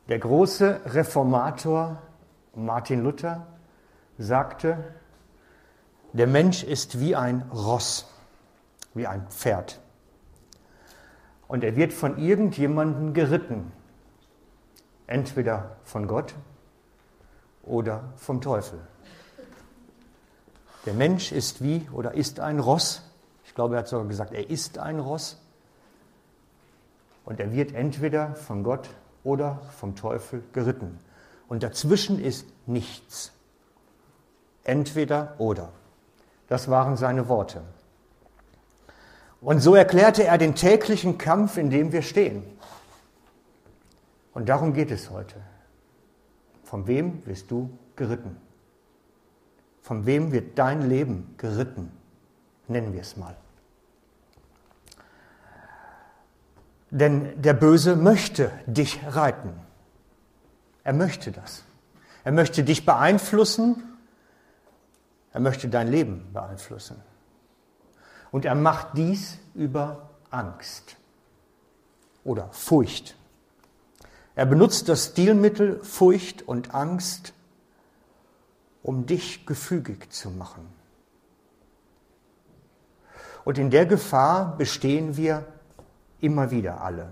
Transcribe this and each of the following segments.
Der große Reformator Martin Luther sagte, der Mensch ist wie ein Ross, wie ein Pferd. Und er wird von irgendjemandem geritten, entweder von Gott oder vom Teufel. Der Mensch ist wie oder ist ein Ross. Ich glaube, er hat sogar gesagt, er ist ein Ross. Und er wird entweder von Gott oder vom Teufel geritten. Und dazwischen ist nichts. Entweder oder. Das waren seine Worte. Und so erklärte er den täglichen Kampf, in dem wir stehen. Und darum geht es heute. Von wem wirst du geritten? Von wem wird dein Leben geritten? Nennen wir es mal. Denn der Böse möchte dich reiten. Er möchte das. Er möchte dich beeinflussen. Er möchte dein Leben beeinflussen. Und er macht dies über Angst oder Furcht. Er benutzt das Stilmittel Furcht und Angst, um dich gefügig zu machen. Und in der Gefahr bestehen wir immer wieder alle.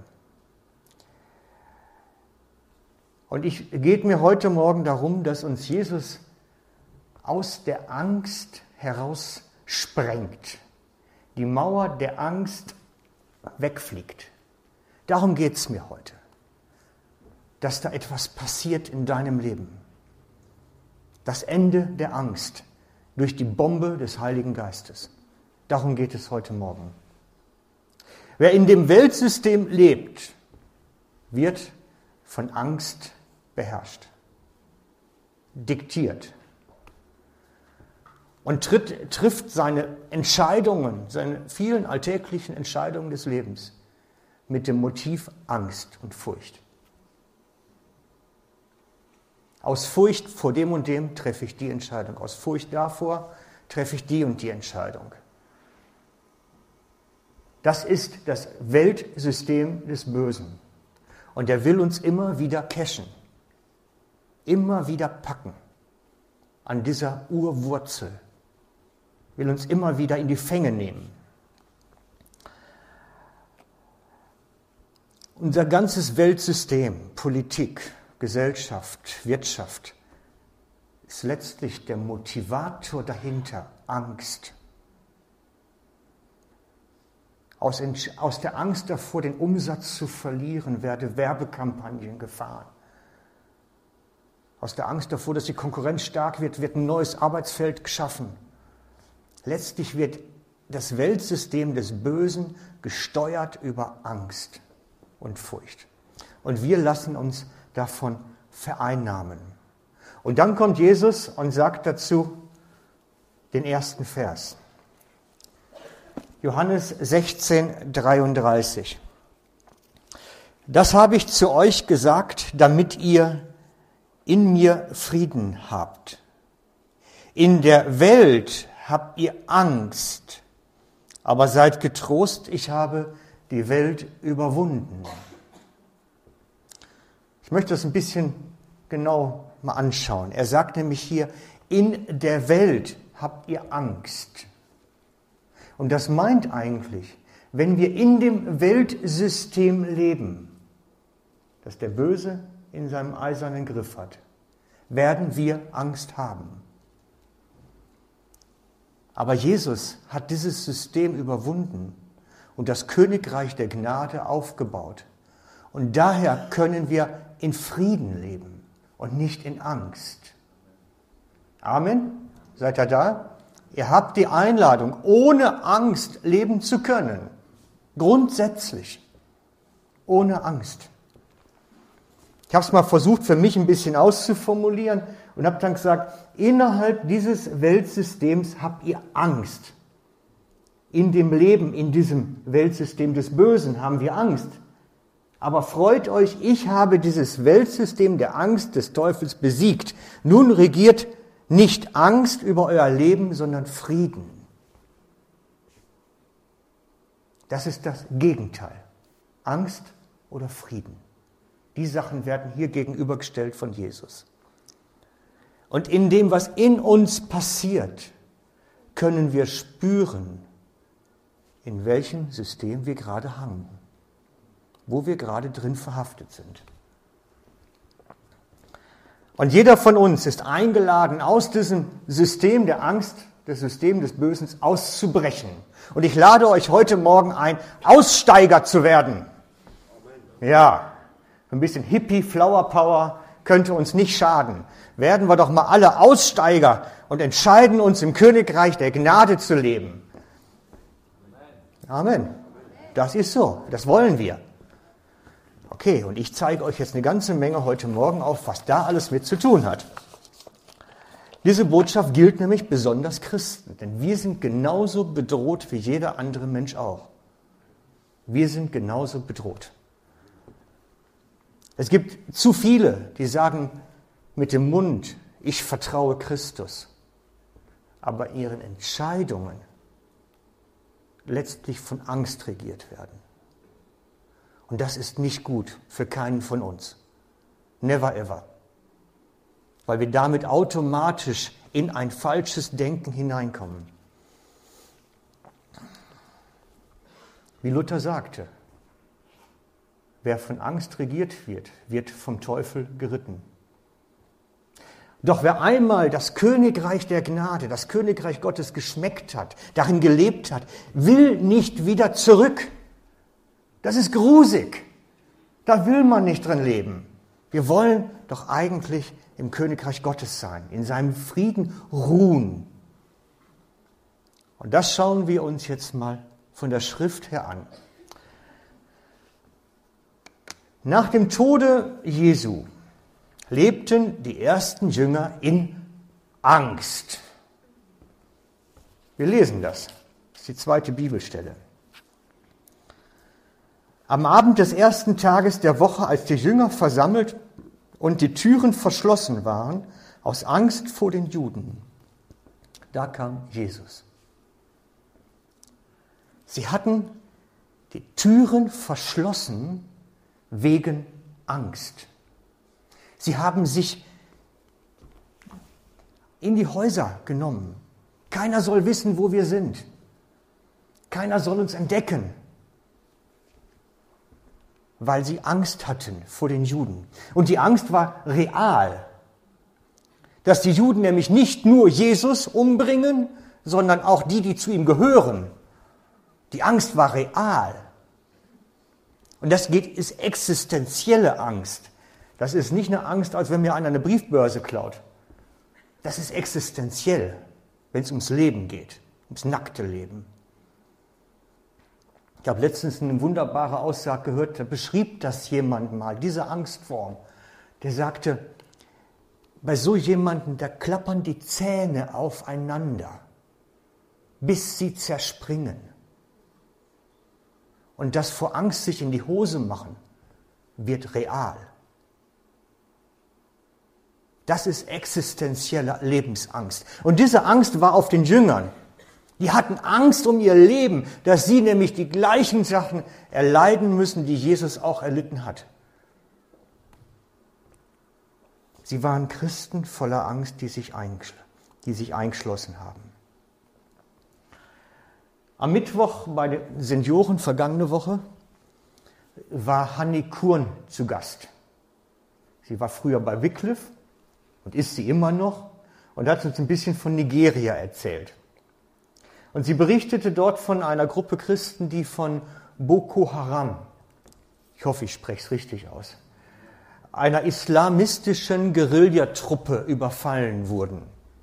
Und es geht mir heute Morgen darum, dass uns Jesus aus der Angst heraus sprengt. Die Mauer der Angst wegfliegt. Darum geht es mir heute. Dass da etwas passiert in deinem Leben. Das Ende der Angst durch die Bombe des Heiligen Geistes. Darum geht es heute Morgen. Wer in dem Weltsystem lebt, wird von Angst beherrscht, diktiert und trifft seine Entscheidungen, seine vielen alltäglichen Entscheidungen des Lebens mit dem Motiv Angst und Furcht. Aus Furcht vor dem und dem treffe ich die Entscheidung. Aus Furcht davor treffe ich die und die Entscheidung. Das ist das Weltsystem des Bösen. Und er will uns immer wieder cashen, immer wieder packen an dieser Urwurzel, will uns immer wieder in die Fänge nehmen. Unser ganzes Weltsystem, Politik, Gesellschaft, Wirtschaft, ist letztlich der Motivator dahinter, Angst. Aus der Angst davor, den Umsatz zu verlieren, werden Werbekampagnen gefahren. Aus der Angst davor, dass die Konkurrenz stark wird, wird ein neues Arbeitsfeld geschaffen. Letztlich wird das Weltsystem des Bösen gesteuert über Angst und Furcht. Und wir lassen uns davon vereinnahmen. Und dann kommt Jesus und sagt dazu den ersten Vers. Johannes 16, 33. Das habe ich zu euch gesagt, damit ihr in mir Frieden habt. In der Welt habt ihr Angst, aber seid getrost, ich habe die Welt überwunden. Ich möchte das ein bisschen genau mal anschauen. Er sagt nämlich hier, in der Welt habt ihr Angst. Und das meint eigentlich, wenn wir in dem Weltsystem leben, das der Böse in seinem eisernen Griff hat, werden wir Angst haben. Aber Jesus hat dieses System überwunden und das Königreich der Gnade aufgebaut. Und daher können wir in Frieden leben und nicht in Angst. Amen? Seid ihr da? Ihr habt die Einladung, ohne Angst leben zu können. Grundsätzlich. Ohne Angst. Ich habe es mal versucht, für mich ein bisschen auszuformulieren und habe dann gesagt, innerhalb dieses Weltsystems habt ihr Angst. In dem Leben, in diesem Weltsystem des Bösen haben wir Angst. Aber freut euch, ich habe dieses Weltsystem der Angst des Teufels besiegt. Nun regiert nicht Angst über euer Leben, sondern Frieden. Das ist das Gegenteil. Angst oder Frieden. Die Sachen werden hier gegenübergestellt von Jesus. Und in dem, was in uns passiert, können wir spüren, in welchem System wir gerade hangen, wo wir gerade drin verhaftet sind. Und jeder von uns ist eingeladen, aus diesem System der Angst, das System des Bösen auszubrechen. Und ich lade euch heute Morgen ein, Aussteiger zu werden. Ja, ein bisschen Hippie, Flower Power könnte uns nicht schaden. Werden wir doch mal alle Aussteiger und entscheiden uns, im Königreich der Gnade zu leben. Amen. Das ist so, das wollen wir. Okay, und ich zeige euch jetzt eine ganze Menge heute Morgen auf, was da alles mit zu tun hat. Diese Botschaft gilt nämlich besonders Christen, denn wir sind genauso bedroht wie jeder andere Mensch auch. Wir sind genauso bedroht. Es gibt zu viele, die sagen mit dem Mund, ich vertraue Christus, aber ihren Entscheidungen letztlich von Angst regiert werden. Und das ist nicht gut für keinen von uns. Never ever. Weil wir damit automatisch in ein falsches Denken hineinkommen. Wie Luther sagte, wer von Angst regiert wird, wird vom Teufel geritten. Doch wer einmal das Königreich der Gnade, das Königreich Gottes geschmeckt hat, darin gelebt hat, will nicht wieder zurück. Das ist grusig. Da will man nicht drin leben. Wir wollen doch eigentlich im Königreich Gottes sein, in seinem Frieden ruhen. Und das schauen wir uns jetzt mal von der Schrift her an. Nach dem Tode Jesu lebten die ersten Jünger in Angst. Wir lesen das. Das ist die zweite Bibelstelle. Am Abend des ersten Tages der Woche, als die Jünger versammelt und die Türen verschlossen waren, aus Angst vor den Juden, da kam Jesus. Sie hatten die Türen verschlossen wegen Angst. Sie haben sich in die Häuser genommen. Keiner soll wissen, wo wir sind. Keiner soll uns entdecken, weil sie Angst hatten vor den Juden. Und die Angst war real, dass die Juden nämlich nicht nur Jesus umbringen, sondern auch die, die zu ihm gehören. Die Angst war real. Und das ist existenzielle Angst. Das ist nicht eine Angst, als wenn mir einer eine Briefbörse klaut. Das ist existenziell, wenn es ums Leben geht, ums nackte Leben. Ich habe letztens eine wunderbare Aussage gehört, da beschrieb das jemand mal, diese Angstform. Der sagte, bei so jemandem, da klappern die Zähne aufeinander, bis sie zerspringen. Und das vor Angst sich in die Hose machen, wird real. Das ist existenzielle Lebensangst. Und diese Angst war auf den Jüngern. Die hatten Angst um ihr Leben, dass sie nämlich die gleichen Sachen erleiden müssen, die Jesus auch erlitten hat. Sie waren Christen voller Angst, die sich eingeschlossen haben. Am Mittwoch bei den Senioren vergangene Woche war Hanni Kurn zu Gast. Sie war früher bei Wycliffe und ist sie immer noch und hat uns ein bisschen von Nigeria erzählt. Und sie berichtete dort von einer Gruppe Christen, die von Boko Haram, ich hoffe, ich spreche es richtig aus, einer islamistischen Guerillatruppe überfallen wurden.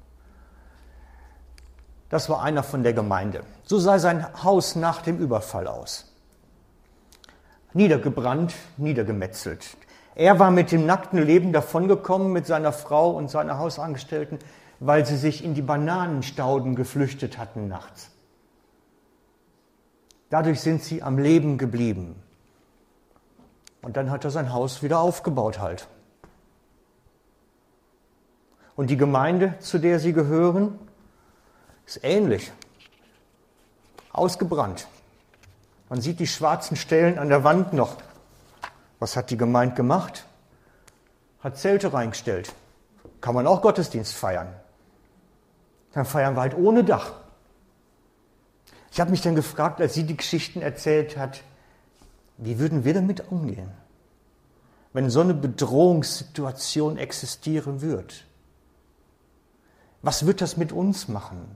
Das war einer von der Gemeinde. So sah sein Haus nach dem Überfall aus. Niedergebrannt, niedergemetzelt. Er war mit dem nackten Leben davongekommen mit seiner Frau und seiner Hausangestellten, weil sie sich in die Bananenstauden geflüchtet hatten nachts. Dadurch sind sie am Leben geblieben. Und dann hat er sein Haus wieder aufgebaut halt. Und die Gemeinde, zu der sie gehören, ist ähnlich. Ausgebrannt. Man sieht die schwarzen Stellen an der Wand noch. Was hat die Gemeinde gemacht? Hat Zelte reingestellt. Kann man auch Gottesdienst feiern. Dann feiern wir halt ohne Dach. Ich habe mich dann gefragt, als sie die Geschichten erzählt hat, wie würden wir damit umgehen, wenn so eine Bedrohungssituation existieren wird? Was wird das mit uns machen?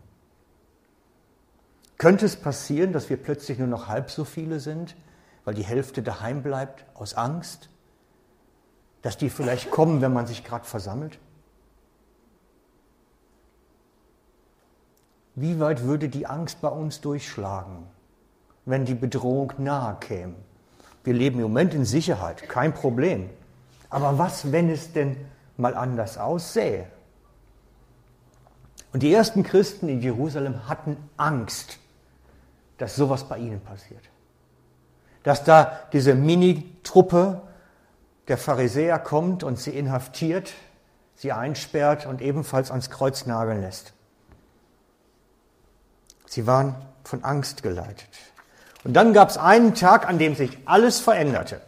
Könnte es passieren, dass wir plötzlich nur noch halb so viele sind, weil die Hälfte daheim bleibt aus Angst? Dass die vielleicht kommen, wenn man sich gerade versammelt? Wie weit würde die Angst bei uns durchschlagen, wenn die Bedrohung nahe käme? Wir leben im Moment in Sicherheit, kein Problem. Aber was, wenn es denn mal anders aussähe? Und die ersten Christen in Jerusalem hatten Angst, dass sowas bei ihnen passiert. Dass da diese Mini-Truppe der Pharisäer kommt und sie inhaftiert, sie einsperrt und ebenfalls ans Kreuz nageln lässt. Sie waren von Angst geleitet. Und dann gab es einen Tag, an dem sich alles veränderte.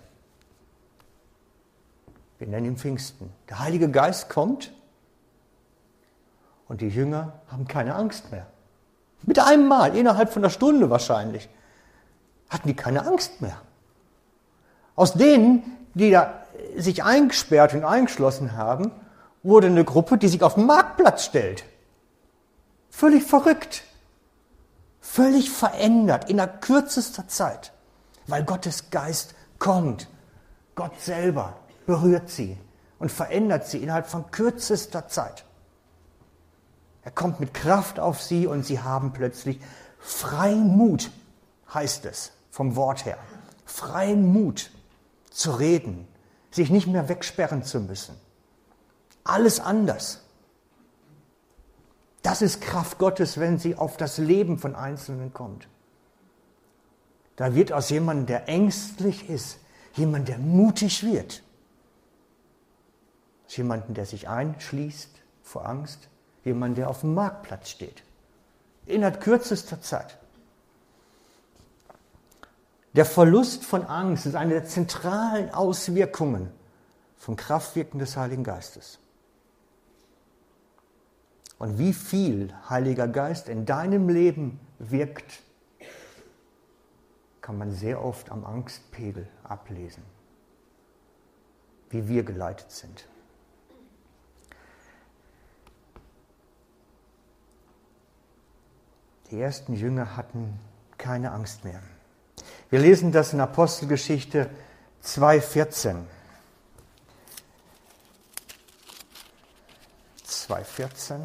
Wir nennen ihn Pfingsten. Der Heilige Geist kommt und die Jünger haben keine Angst mehr. Mit einem Mal, innerhalb von einer Stunde wahrscheinlich, hatten die keine Angst mehr. Aus denen, die da sich eingesperrt und eingeschlossen haben, wurde eine Gruppe, die sich auf den Marktplatz stellt. Völlig verrückt. Völlig verändert in der kürzester Zeit, weil Gottes Geist kommt. Gott selber berührt sie und verändert sie innerhalb von kürzester Zeit. Er kommt mit Kraft auf sie und sie haben plötzlich freien Mut, heißt es vom Wort her. Freien Mut zu reden, sich nicht mehr wegsperren zu müssen. Alles anders. Das ist Kraft Gottes, wenn sie auf das Leben von Einzelnen kommt. Da wird aus jemandem, der ängstlich ist, jemand, der mutig wird. Aus jemandem, der sich einschließt vor Angst, jemand, der auf dem Marktplatz steht. Innerhalb kürzester Zeit. Der Verlust von Angst ist eine der zentralen Auswirkungen vom Kraftwirken des Heiligen Geistes. Und wie viel Heiliger Geist in deinem Leben wirkt, kann man sehr oft am Angstpegel ablesen, wie wir geleitet sind. Die ersten Jünger hatten keine Angst mehr. Wir lesen das in Apostelgeschichte 2,14. 2,14.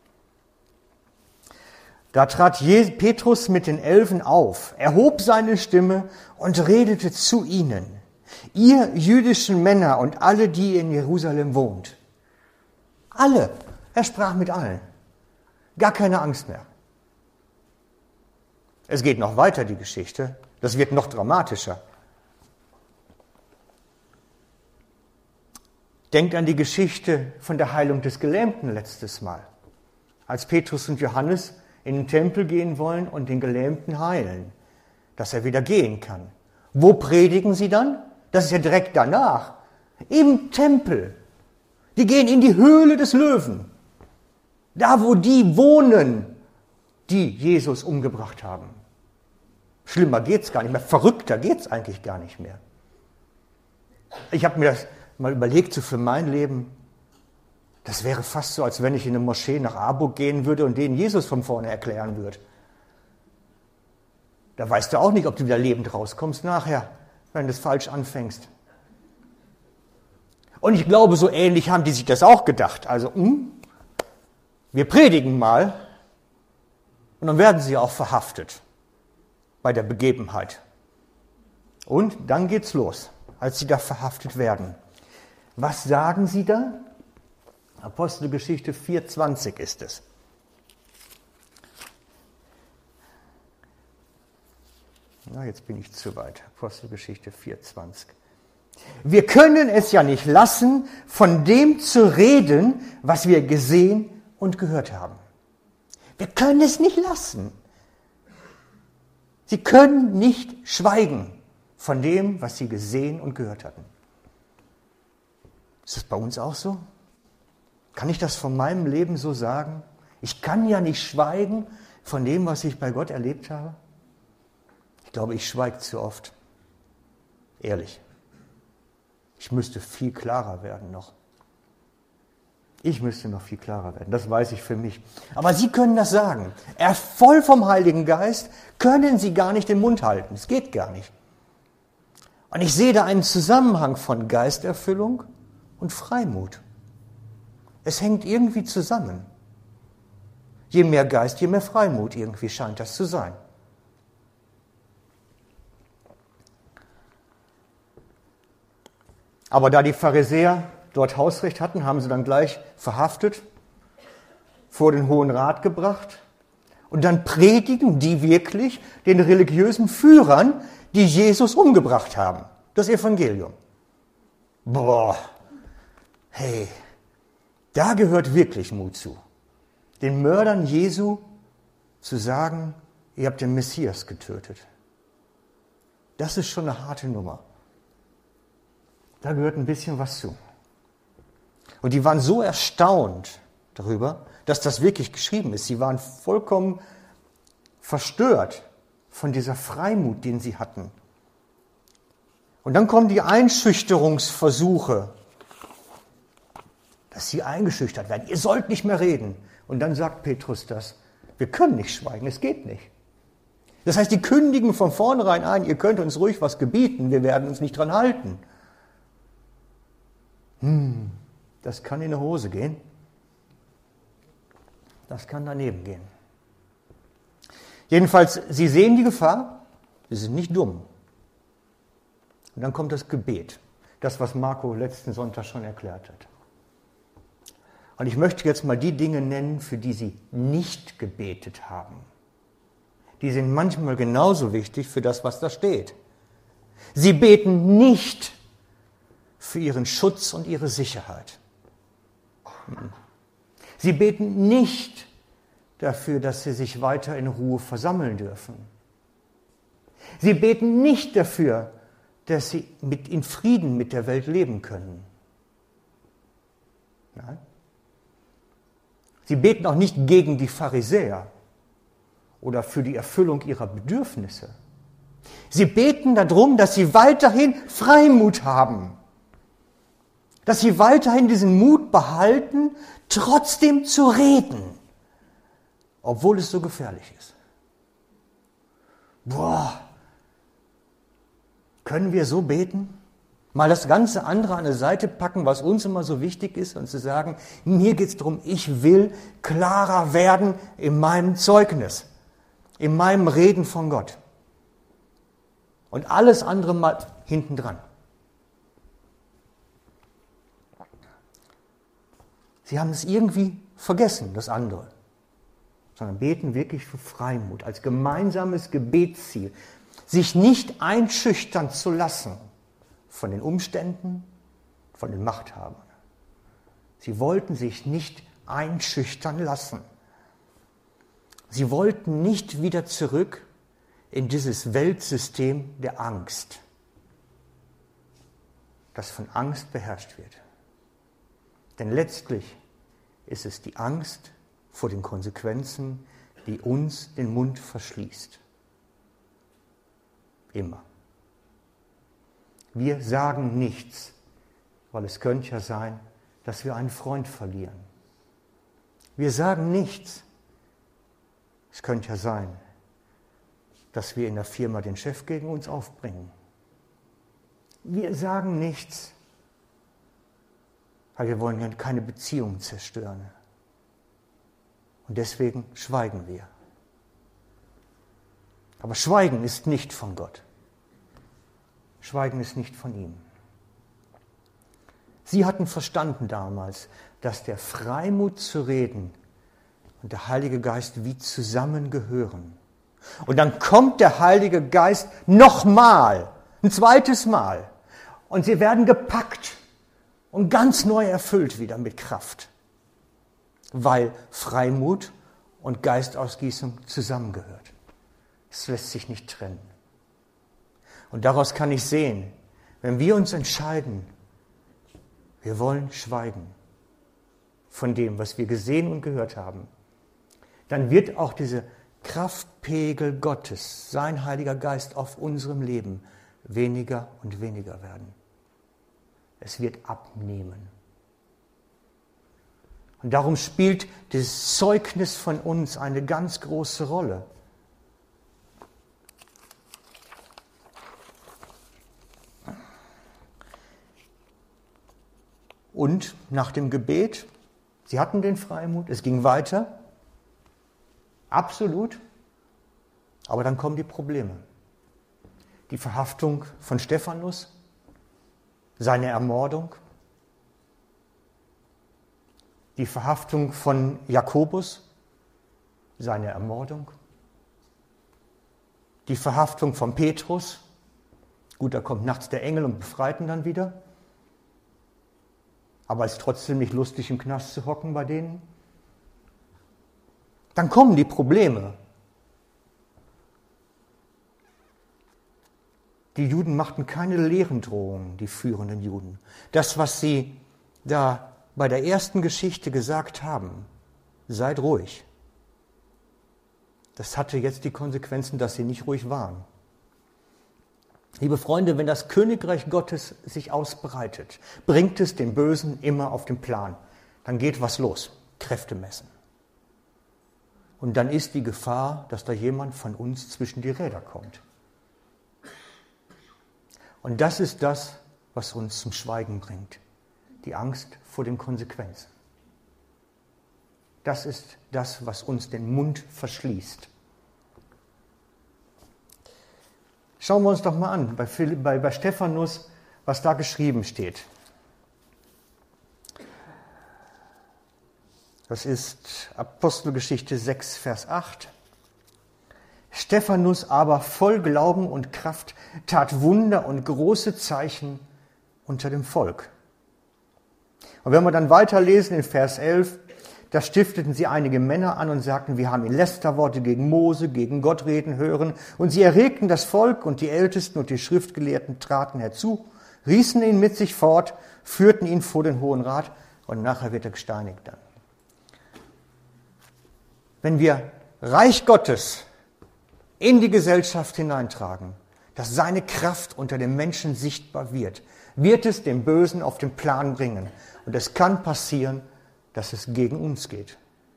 Da trat Petrus mit den 11 auf, erhob seine Stimme und redete zu ihnen: Ihr jüdischen Männer und alle, die in Jerusalem wohnt. Alle. Er sprach mit allen. Gar keine Angst mehr. Es geht noch weiter, die Geschichte. Das wird noch dramatischer. Denkt an die Geschichte von der Heilung des Gelähmten letztes Mal. Als Petrus und Johannes in den Tempel gehen wollen und den Gelähmten heilen, dass er wieder gehen kann. Wo predigen sie dann? Das ist ja direkt danach. Im Tempel. Die gehen in die Höhle des Löwen. Da, wo die wohnen, die Jesus umgebracht haben. Schlimmer geht's gar nicht mehr. Verrückter geht's eigentlich gar nicht mehr. Ich habe mir das mal überlegt, so für mein Leben. Das wäre fast so, als wenn ich in eine Moschee nach Aarburg gehen würde und denen Jesus von vorne erklären würde. Da weißt du auch nicht, ob du wieder lebend rauskommst nachher, wenn du es falsch anfängst. Und ich glaube, so ähnlich haben die sich das auch gedacht. Also, wir predigen mal und dann werden sie auch verhaftet bei der Begebenheit. Und dann geht's los, als sie da verhaftet werden. Was sagen sie da? Apostelgeschichte 4,20 ist es. Na, jetzt bin ich zu weit. Apostelgeschichte 4,20. Wir können es ja nicht lassen, von dem zu reden, was wir gesehen und gehört haben. Wir können es nicht lassen. Sie können nicht schweigen von dem, was sie gesehen und gehört hatten. Ist das bei uns auch so? Kann ich das von meinem Leben so sagen? Ich kann ja nicht schweigen von dem, was ich bei Gott erlebt habe. Ich glaube, ich schweige zu oft. Ehrlich. Ich müsste viel klarer werden noch. Ich müsste noch viel klarer werden, das weiß ich für mich. Aber Sie können das sagen. Voll vom Heiligen Geist können Sie gar nicht den Mund halten. Es geht gar nicht. Und ich sehe da einen Zusammenhang von Geisterfüllung und Freimut. Es hängt irgendwie zusammen. Je mehr Geist, je mehr Freimut, irgendwie scheint das zu sein. Aber da die Pharisäer dort Hausrecht hatten, haben sie dann gleich verhaftet, vor den Hohen Rat gebracht und dann predigen die wirklich den religiösen Führern, die Jesus umgebracht haben, das Evangelium. Boah, hey, da gehört wirklich Mut zu. Den Mördern Jesu zu sagen, ihr habt den Messias getötet. Das ist schon eine harte Nummer. Da gehört ein bisschen was zu. Und die waren so erstaunt darüber, dass das wirklich geschrieben ist. Sie waren vollkommen verstört von dieser Freimut, den sie hatten. Und dann kommen die Einschüchterungsversuche, dass sie eingeschüchtert werden. Ihr sollt nicht mehr reden. Und dann sagt Petrus das. Wir können nicht schweigen, es geht nicht. Das heißt, die kündigen von vornherein ein, ihr könnt uns ruhig was gebieten, wir werden uns nicht dran halten. Das kann in die Hose gehen. Das kann daneben gehen. Jedenfalls, sie sehen die Gefahr, sie sind nicht dumm. Und dann kommt das Gebet, das, was Marco letzten Sonntag schon erklärt hat. Und ich möchte jetzt mal die Dinge nennen, für die sie nicht gebetet haben. Die sind manchmal genauso wichtig für das, was da steht. Sie beten nicht für ihren Schutz und ihre Sicherheit. Sie beten nicht dafür, dass sie sich weiter in Ruhe versammeln dürfen. Sie beten nicht dafür, dass sie in Frieden mit der Welt leben können. Nein. Sie beten auch nicht gegen die Pharisäer oder für die Erfüllung ihrer Bedürfnisse. Sie beten darum, dass sie weiterhin Freimut haben. Dass sie weiterhin diesen Mut behalten, trotzdem zu reden, obwohl es so gefährlich ist. Boah, können wir so beten? Mal das ganze andere an die Seite packen, was uns immer so wichtig ist, und zu sagen, mir geht es darum, ich will klarer werden in meinem Zeugnis, in meinem Reden von Gott. Und alles andere mal hinten dran. Sie haben es irgendwie vergessen, das andere, sondern beten wirklich für Freimut, als gemeinsames Gebetsziel, sich nicht einschüchtern zu lassen von den Umständen, von den Machthabern. Sie wollten sich nicht einschüchtern lassen. Sie wollten nicht wieder zurück in dieses Weltsystem der Angst, das von Angst beherrscht wird. Denn letztlich ist es die Angst vor den Konsequenzen, die uns den Mund verschließt. Immer. Wir sagen nichts, weil es könnte ja sein, dass wir einen Freund verlieren. Wir sagen nichts. Es könnte ja sein, dass wir in der Firma den Chef gegen uns aufbringen. Wir sagen nichts, weil wir wollen ja keine Beziehungen zerstören. Und deswegen schweigen wir. Aber Schweigen ist nicht von Gott. Schweigen ist nicht von ihm. Sie hatten verstanden damals, dass der Freimut zu reden und der Heilige Geist wie zusammengehören. Und dann kommt der Heilige Geist nochmal, ein zweites Mal. Und sie werden gepackt und ganz neu erfüllt wieder mit Kraft. Weil Freimut und Geistausgießung zusammengehört. Es lässt sich nicht trennen. Und daraus kann ich sehen, wenn wir uns entscheiden, Wir wollen schweigen von dem, was wir gesehen und gehört haben. Dann wird auch diese Kraftpegel Gottes, sein Heiliger Geist auf unserem Leben weniger und weniger werden. Es wird abnehmen. Und darum spielt das Zeugnis von uns eine ganz große Rolle. Und nach dem Gebet, sie hatten den Freimut, es ging weiter, absolut, aber dann kommen die Probleme. Die Verhaftung von Stephanus, seine Ermordung, die Verhaftung von Jakobus, seine Ermordung, die Verhaftung von Petrus, gut, da kommt nachts der Engel und befreit ihn dann wieder, aber es ist trotzdem nicht lustig, im Knast zu hocken bei denen. Dann kommen die Probleme. Die Juden machten keine leeren Drohungen, die führenden Juden. Das, was sie da bei der ersten Geschichte gesagt haben, seid ruhig, das hatte jetzt die Konsequenzen, dass sie nicht ruhig waren. Liebe Freunde, wenn das Königreich Gottes sich ausbreitet, bringt es den Bösen immer auf den Plan. Dann geht was los, Kräfte messen. Und dann ist die Gefahr, dass da jemand von uns zwischen die Räder kommt. Und das ist das, was uns zum Schweigen bringt. Die Angst vor den Konsequenzen. Das ist das, was uns den Mund verschließt. Schauen wir uns doch mal an, bei Stephanus, was da geschrieben steht. Das ist Apostelgeschichte 6, Vers 8. Stephanus aber voll Glauben und Kraft tat Wunder und große Zeichen unter dem Volk. Und wenn wir dann weiterlesen in Vers 11, da stifteten sie einige Männer an und sagten, wir haben in Lästerworte gegen Mose, gegen Gott reden hören. Und sie erregten das Volk und die Ältesten und die Schriftgelehrten traten herzu, rissen ihn mit sich fort, führten ihn vor den Hohen Rat und nachher wird er gesteinigt dann. Wenn wir Reich Gottes in die Gesellschaft hineintragen, dass seine Kraft unter den Menschen sichtbar wird, wird es den Bösen auf den Plan bringen. Und es kann passieren, dass es gegen uns geht.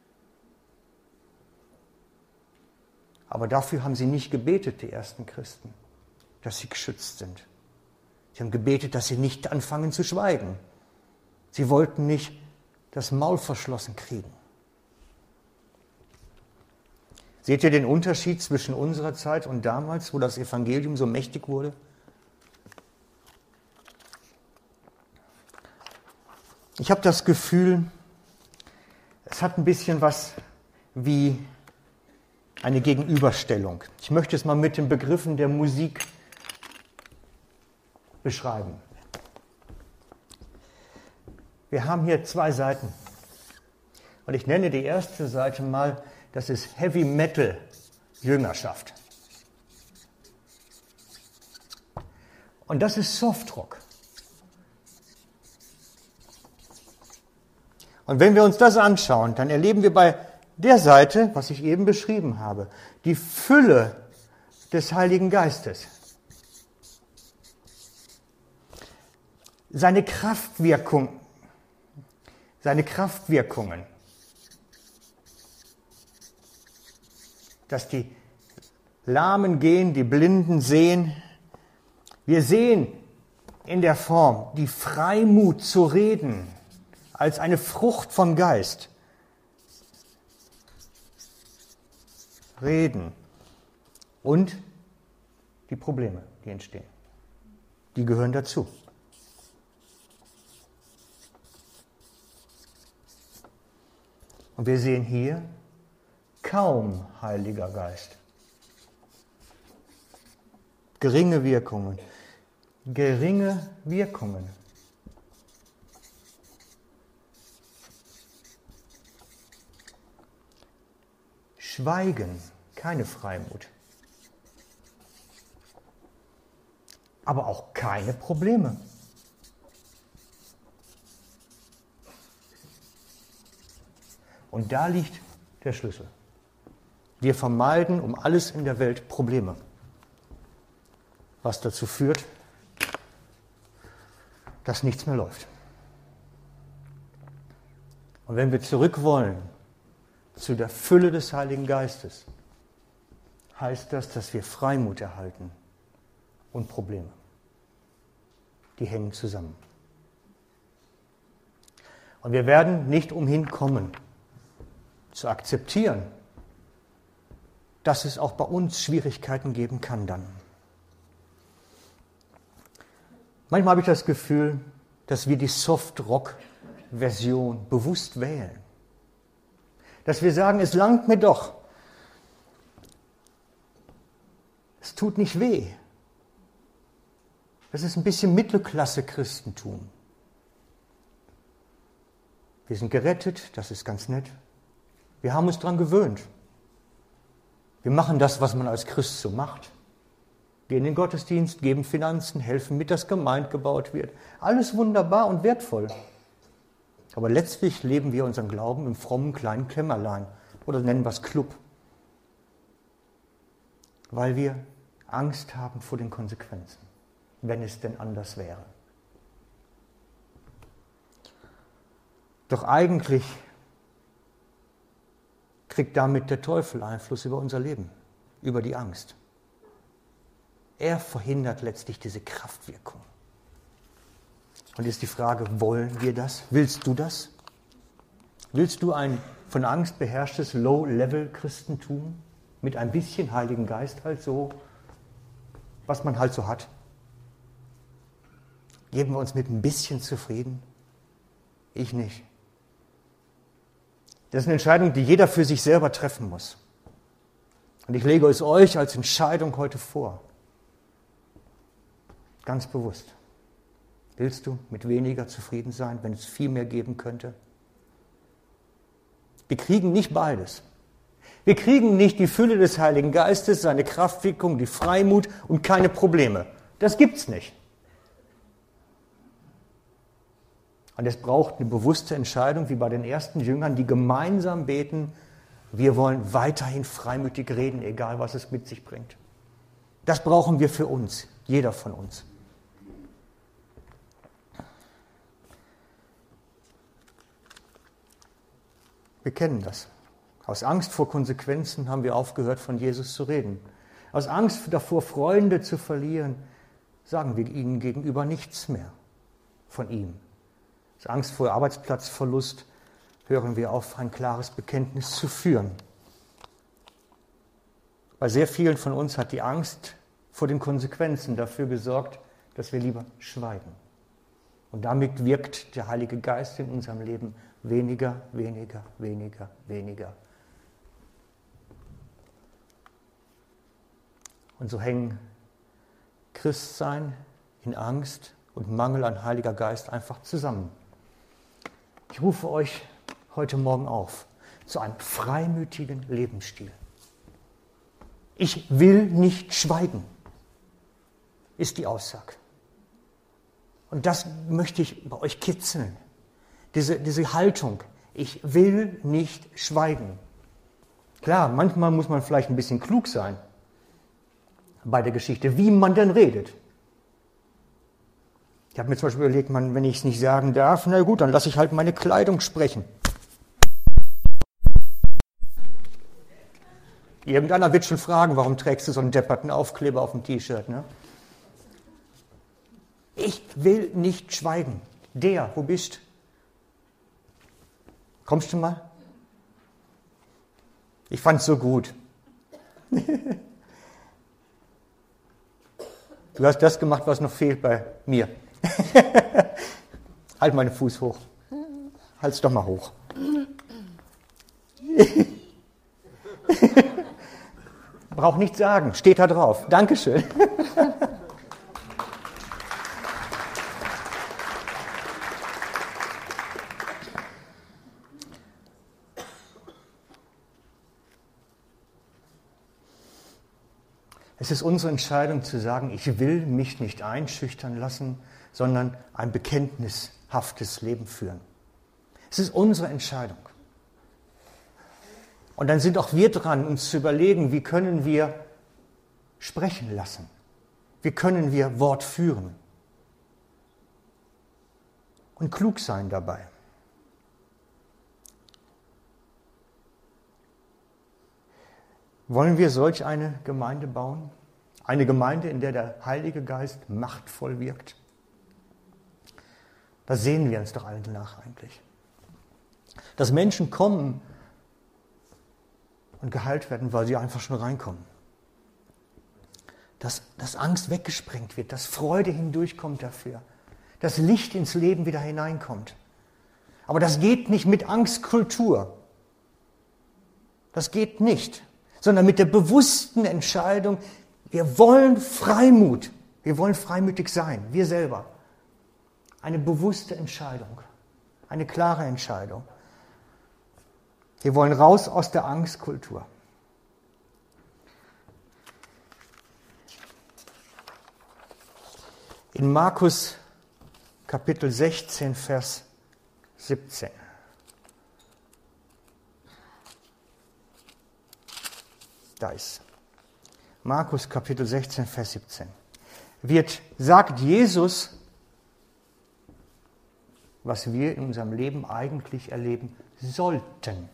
Aber dafür haben sie nicht gebetet, die ersten Christen, dass sie geschützt sind. Sie haben gebetet, dass sie nicht anfangen zu schweigen. Sie wollten nicht das Maul verschlossen kriegen. Seht ihr den Unterschied zwischen unserer Zeit und damals, wo das Evangelium so mächtig wurde? Ich habe das Gefühl, es hat ein bisschen was wie eine Gegenüberstellung. Ich möchte es mal mit den Begriffen der Musik beschreiben. Wir haben hier zwei Seiten. Und ich nenne die erste Seite mal, das ist Heavy Metal Jüngerschaft. Und das ist Softrock. Und wenn wir uns das anschauen, dann erleben wir bei der Seite, was ich eben beschrieben habe, die Fülle des Heiligen Geistes. Seine Kraftwirkungen. Dass die Lahmen gehen, die Blinden sehen. Wir sehen in der Form die Freimut zu reden als eine Frucht vom Geist. Reden. Und die Probleme, die entstehen. Die gehören dazu. Und wir sehen hier kaum Heiliger Geist. Geringe Wirkungen. Geringe Wirkungen. Schweigen, keine Freimut. Aber auch keine Probleme. Und da liegt der Schlüssel. Wir vermeiden um alles in der Welt Probleme, was dazu führt, dass nichts mehr läuft. Und wenn wir zurück wollen zu der Fülle des Heiligen Geistes, heißt das, dass wir Freimut erhalten und Probleme. Die hängen zusammen. Und wir werden nicht umhin kommen, zu akzeptieren, dass es auch bei uns Schwierigkeiten geben kann dann. Manchmal habe ich das Gefühl, dass wir die Soft-Rock-Version bewusst wählen. Dass wir sagen, es langt mir doch. Es tut nicht weh. Das ist ein bisschen Mittelklasse-Christentum. Wir sind gerettet, das ist ganz nett. Wir haben uns daran gewöhnt. Wir machen das, was man als Christ so macht. Gehen in den Gottesdienst, geben Finanzen, helfen mit, dass Gemeinde gebaut wird. Alles wunderbar und wertvoll. Aber letztlich leben wir unseren Glauben im frommen kleinen Kämmerlein oder nennen wir es Club. Weil wir Angst haben vor den Konsequenzen, wenn es denn anders wäre. Doch eigentlich kriegt damit der Teufel Einfluss über unser Leben, über die Angst. Er verhindert letztlich diese Kraftwirkung. Und jetzt die Frage, wollen wir das? Willst du das? Willst du ein von Angst beherrschtes Low-Level-Christentum mit ein bisschen Heiligen Geist halt so, was man halt so hat? Geben wir uns mit ein bisschen zufrieden? Ich nicht. Das ist eine Entscheidung, die jeder für sich selber treffen muss. Und ich lege es euch als Entscheidung heute vor. Ganz bewusst. Willst du mit weniger zufrieden sein, wenn es viel mehr geben könnte? Wir kriegen nicht beides. Wir kriegen nicht die Fülle des Heiligen Geistes, seine Kraftwirkung, die Freimut und keine Probleme. Das gibt's nicht. Und es braucht eine bewusste Entscheidung, wie bei den ersten Jüngern, die gemeinsam beten, wir wollen weiterhin freimütig reden, egal was es mit sich bringt. Das brauchen wir für uns, jeder von uns. Wir kennen das. Aus Angst vor Konsequenzen haben wir aufgehört, von Jesus zu reden. Aus Angst davor, Freunde zu verlieren, sagen wir ihnen gegenüber nichts mehr von ihm. Aus Angst vor Arbeitsplatzverlust hören wir auf, ein klares Bekenntnis zu führen. Bei sehr vielen von uns hat die Angst vor den Konsequenzen dafür gesorgt, dass wir lieber schweigen. Und damit wirkt der Heilige Geist in unserem Leben weniger, weniger, weniger, weniger. Und so hängen Christsein in Angst und Mangel an Heiliger Geist einfach zusammen. Ich rufe euch heute Morgen auf zu einem freimütigen Lebensstil. Ich will nicht schweigen, ist die Aussage. Und das möchte ich bei euch kitzeln. Diese Haltung, ich will nicht schweigen. Klar, manchmal muss man vielleicht ein bisschen klug sein bei der Geschichte, wie man denn redet. Ich habe mir zum Beispiel überlegt, wenn ich es nicht sagen darf, na gut, dann lasse ich halt meine Kleidung sprechen. Irgendeiner wird schon fragen, warum trägst du so einen depperten Aufkleber auf dem T-Shirt, ne? Ich will nicht schweigen. Wo bist du? Kommst du mal? Ich fand's so gut. Du hast das gemacht, was noch fehlt bei mir. Halt meinen Fuß hoch. Halt's doch mal hoch. Brauch nichts sagen, steht da drauf. Dankeschön. Es ist unsere Entscheidung zu sagen, ich will mich nicht einschüchtern lassen, sondern ein bekenntnishaftes Leben führen. Es ist unsere Entscheidung. Und dann sind auch wir dran, uns zu überlegen, wie können wir sprechen lassen? Wie können wir Wort führen? Und klug sein dabei. Wollen wir solch eine Gemeinde bauen? Eine Gemeinde, in der der Heilige Geist machtvoll wirkt? Da sehen wir uns doch allen nach eigentlich. Dass Menschen kommen und geheilt werden, weil sie einfach schon reinkommen. Dass Angst weggesprengt wird, dass Freude hindurchkommt dafür, dass Licht ins Leben wieder hineinkommt. Aber das geht nicht mit Angstkultur. Das geht nicht, sondern mit der bewussten Entscheidung, wir wollen Freimut, wir wollen freimütig sein, wir selber. Eine bewusste Entscheidung, eine klare Entscheidung. Wir wollen raus aus der Angstkultur. In Markus Kapitel 16, Vers 17. Da ist Markus Kapitel 16, Vers 17. Sagt Jesus, was wir in unserem Leben eigentlich erleben sollten.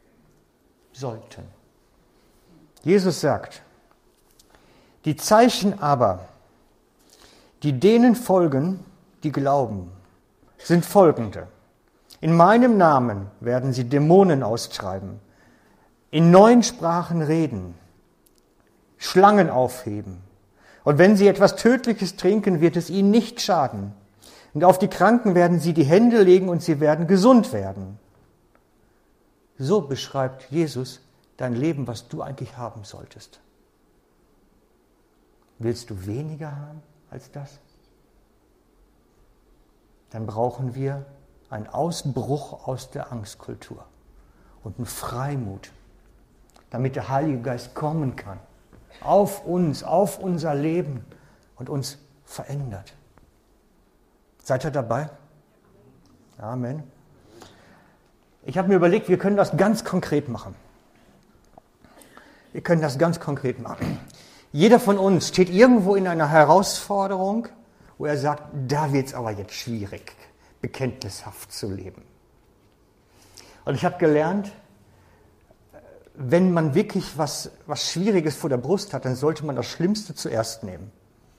Jesus sagt, die Zeichen aber, die denen folgen, die glauben, sind folgende. In meinem Namen werden sie Dämonen austreiben, in neuen Sprachen reden, Schlangen aufheben. Und wenn sie etwas Tödliches trinken, wird es ihnen nicht schaden. Und auf die Kranken werden sie die Hände legen und sie werden gesund werden. So beschreibt Jesus dein Leben, was du eigentlich haben solltest. Willst du weniger haben als das? Dann brauchen wir einen Ausbruch aus der Angstkultur und einen Freimut, damit der Heilige Geist kommen kann, auf uns, auf unser Leben und uns verändert. Seid ihr dabei? Amen. Ich habe mir überlegt, wir können das ganz konkret machen. Jeder von uns steht irgendwo in einer Herausforderung, wo er sagt, da wird es aber jetzt schwierig, bekenntnishaft zu leben. Und ich habe gelernt, wenn man wirklich was Schwieriges vor der Brust hat, dann sollte man das Schlimmste zuerst nehmen.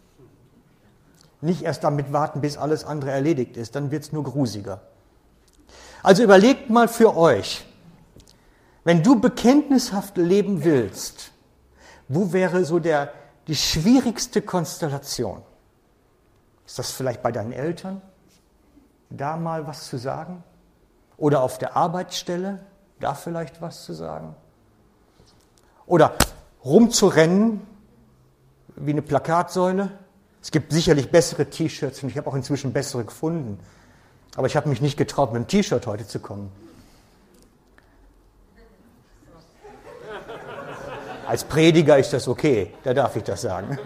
Nicht erst damit warten, bis alles andere erledigt ist, dann wird es nur grusiger. Also überlegt mal für euch, wenn du bekenntnishaft leben willst, wo wäre so die schwierigste Konstellation? Ist das vielleicht bei deinen Eltern, da mal was zu sagen? Oder auf der Arbeitsstelle, da vielleicht was zu sagen? Oder rumzurennen wie eine Plakatsäule? Es gibt sicherlich bessere T-Shirts und ich habe auch inzwischen bessere gefunden. Aber ich habe mich nicht getraut, mit dem T-Shirt heute zu kommen. Als Prediger ist das okay, da darf ich das sagen.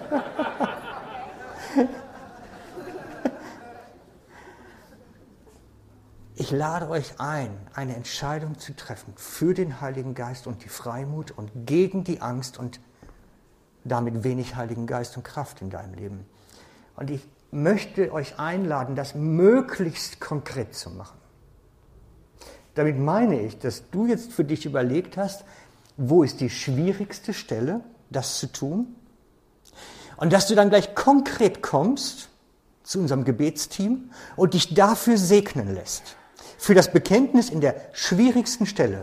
Ich lade euch ein, eine Entscheidung zu treffen für den Heiligen Geist und die Freimut und gegen die Angst und damit wenig Heiligen Geist und Kraft in deinem Leben. Und ich möchte euch einladen, das möglichst konkret zu machen. Damit meine ich, dass du jetzt für dich überlegt hast, wo ist die schwierigste Stelle, das zu tun? Und dass du dann gleich konkret kommst zu unserem Gebetsteam und dich dafür segnen lässt. Für das Bekenntnis in der schwierigsten Stelle.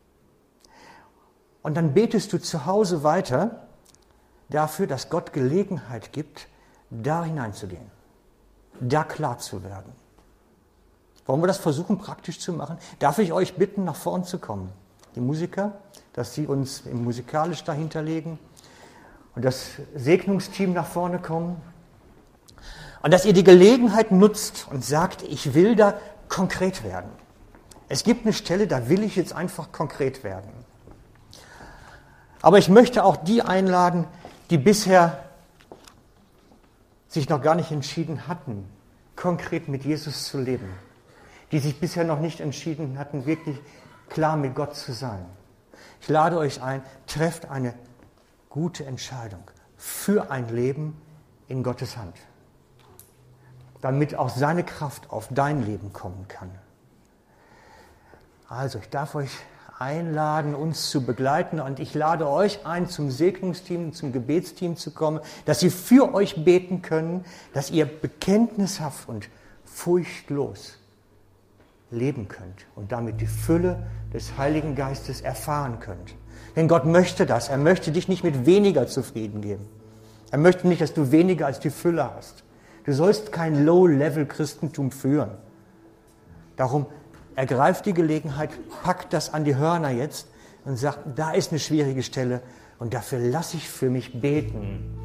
Und dann betest du zu Hause weiter dafür, dass Gott Gelegenheit gibt, da hineinzugehen, da klar zu werden. Wollen wir das versuchen, praktisch zu machen? Darf ich euch bitten, nach vorn zu kommen? Die Musiker, dass sie uns musikalisch dahinter legen und das Segnungsteam nach vorne kommen. Und dass ihr die Gelegenheit nutzt und sagt, ich will da konkret werden. Es gibt eine Stelle, da will ich jetzt einfach konkret werden. Aber ich möchte auch die einladen, die bisher sich noch gar nicht entschieden hatten, konkret mit Jesus zu leben. Die sich bisher noch nicht entschieden hatten, wirklich klar mit Gott zu sein. Ich lade euch ein, trefft eine gute Entscheidung für ein Leben in Gottes Hand, damit auch seine Kraft auf dein Leben kommen kann. Also, ich darf euch einladen, uns zu begleiten, und ich lade euch ein, zum Segnungsteam, zum Gebetsteam zu kommen, dass sie für euch beten können, dass ihr bekenntnishaft und furchtlos leben könnt und damit die Fülle des Heiligen Geistes erfahren könnt. Denn Gott möchte das. Er möchte dich nicht mit weniger zufrieden geben. Er möchte nicht, dass du weniger als die Fülle hast. Du sollst kein Low-Level-Christentum führen. Darum ergreift die Gelegenheit, packt das an die Hörner jetzt und sagt, da ist eine schwierige Stelle und dafür lasse ich für mich beten.